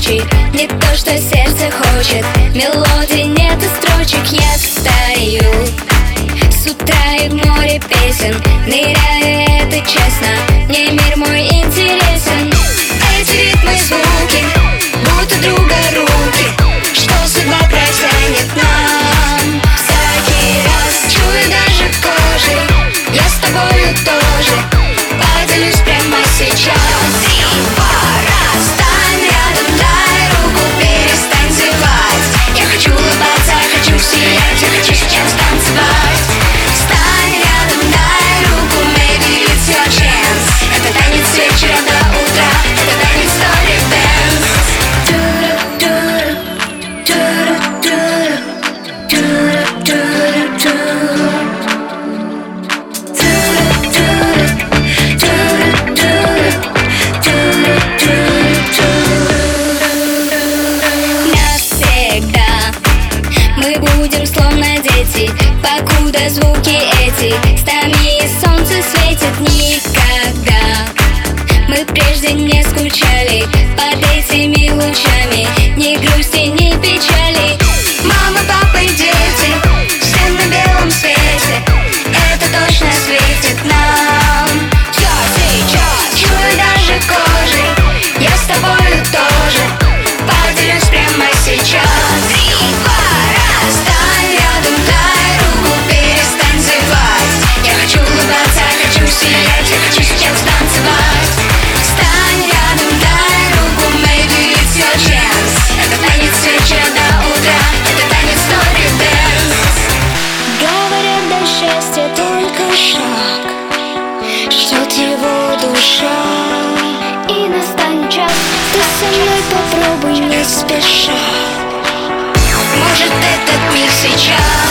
ночи, не то, что сердце хочет. Мелодий нет и строчек, я стою с утра и в море песен, ныряю, это честно, мне мир мой интересен. Эти ритмы и звуки, будто друга руки, что судьба протянет нам. Всякий раз чую даже кожей, я с тобою тоже поделюсь прямо сейчас. Стань рядом, дай руку, перестань зевать. Я хочу улыбаться, хочу сиять, я хочу сейчас танцевать. Стань рядом, дай руку, maybe it's your chance. Это танец с вечера до утра, это танец story dance. Мы будем словно дети, покуда звуки эти с нами солнце светит никогда. Мы прежде не скучали под этими лучами, ни грусти, ни печали. Мама, папа и дети, все на белом свете, это точно светит нам. Я сейчас чую даже кожей, я с тобою тоже поделюсь прямо сейчас. Стань рядом, дай руку, перестань зевать. Я хочу улыбаться, хочу сиять, я хочу сейчас танцевать. Стань рядом, дай руку, maybe it's your chance. Это танец с вечера до утра, это танец story dance. Говорят, до счастья только шаг, ждет его душа, и настанет час, ты со мной попробуй не спеша. Может, этот миг сейчас